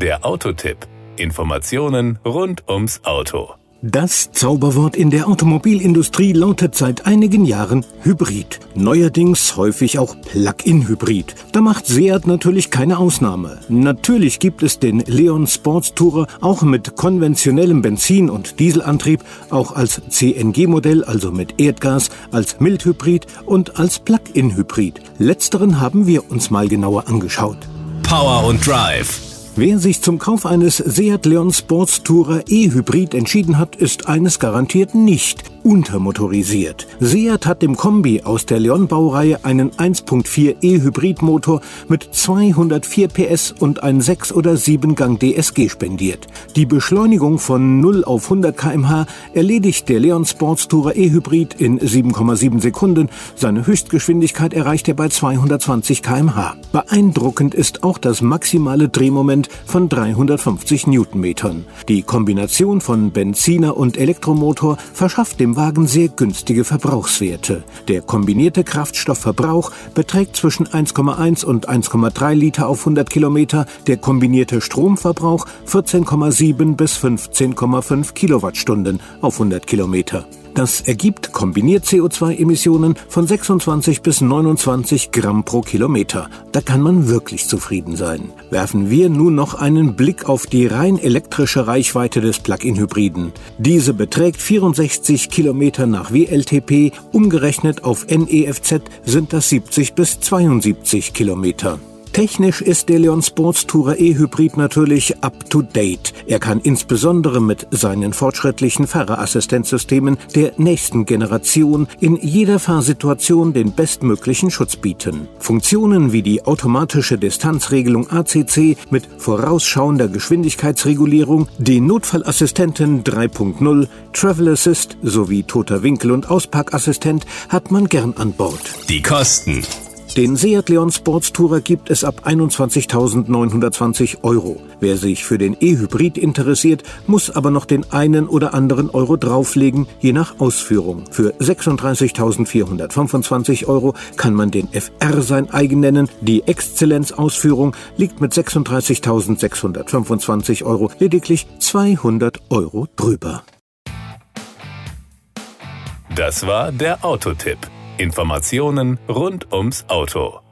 Der Autotipp. Informationen rund ums Auto. Das Zauberwort in der Automobilindustrie lautet seit einigen Jahren Hybrid. Neuerdings häufig auch Plug-in-Hybrid. Da macht Seat natürlich keine Ausnahme. Natürlich gibt es den Leon Sportstourer auch mit konventionellem Benzin- und Dieselantrieb, auch als CNG-Modell, also mit Erdgas, als Mildhybrid und als Plug-in-Hybrid. Letzteren haben wir uns mal genauer angeschaut. Power und Drive. Wer sich zum Kauf eines Seat Leon Sportstourer E-Hybrid entschieden hat, ist eines garantiert nicht untermotorisiert. Seat hat dem Kombi aus der Leon-Baureihe einen 1.4 E-Hybrid-Motor mit 204 PS und ein 6- oder 7-Gang DSG spendiert. Die Beschleunigung von 0 auf 100 km/h erledigt der Leon Sportstourer E-Hybrid in 7,7 Sekunden. Seine Höchstgeschwindigkeit erreicht er bei 220 km/h. Beeindruckend ist auch das maximale Drehmoment von 350 Newtonmetern. Die Kombination von Benziner und Elektromotor verschafft dem Wagen sehr günstige Verbrauchswerte. Der kombinierte Kraftstoffverbrauch beträgt zwischen 1,1 und 1,3 Liter auf 100 Kilometer, der kombinierte Stromverbrauch 14,7 bis 15,5 Kilowattstunden auf 100 Kilometer. Das ergibt kombiniert CO2-Emissionen von 26 bis 29 Gramm pro Kilometer. Da kann man wirklich zufrieden sein. Werfen wir nun noch einen Blick auf die rein elektrische Reichweite des Plug-in-Hybriden. Diese beträgt 64 Kilometer nach WLTP, umgerechnet auf NEFZ sind das 70 bis 72 Kilometer. Technisch ist der Leon Sportstourer E-Hybrid natürlich up-to-date. Er kann insbesondere mit seinen fortschrittlichen Fahrerassistenzsystemen der nächsten Generation in jeder Fahrsituation den bestmöglichen Schutz bieten. Funktionen wie die automatische Distanzregelung ACC mit vorausschauender Geschwindigkeitsregulierung, den Notfallassistenten 3.0, Travel Assist sowie toter Winkel- und Ausparkassistent hat man gern an Bord. Die Kosten. Den Seat Leon Sportstourer gibt es ab 21.920 €. Wer sich für den E-Hybrid interessiert, muss aber noch den einen oder anderen Euro drauflegen, je nach Ausführung. Für 36.425 € kann man den FR sein eigen nennen. Die Exzellenz-Ausführung liegt mit 36.625 € lediglich 200 € drüber. Das war der Autotipp. Informationen rund ums Auto.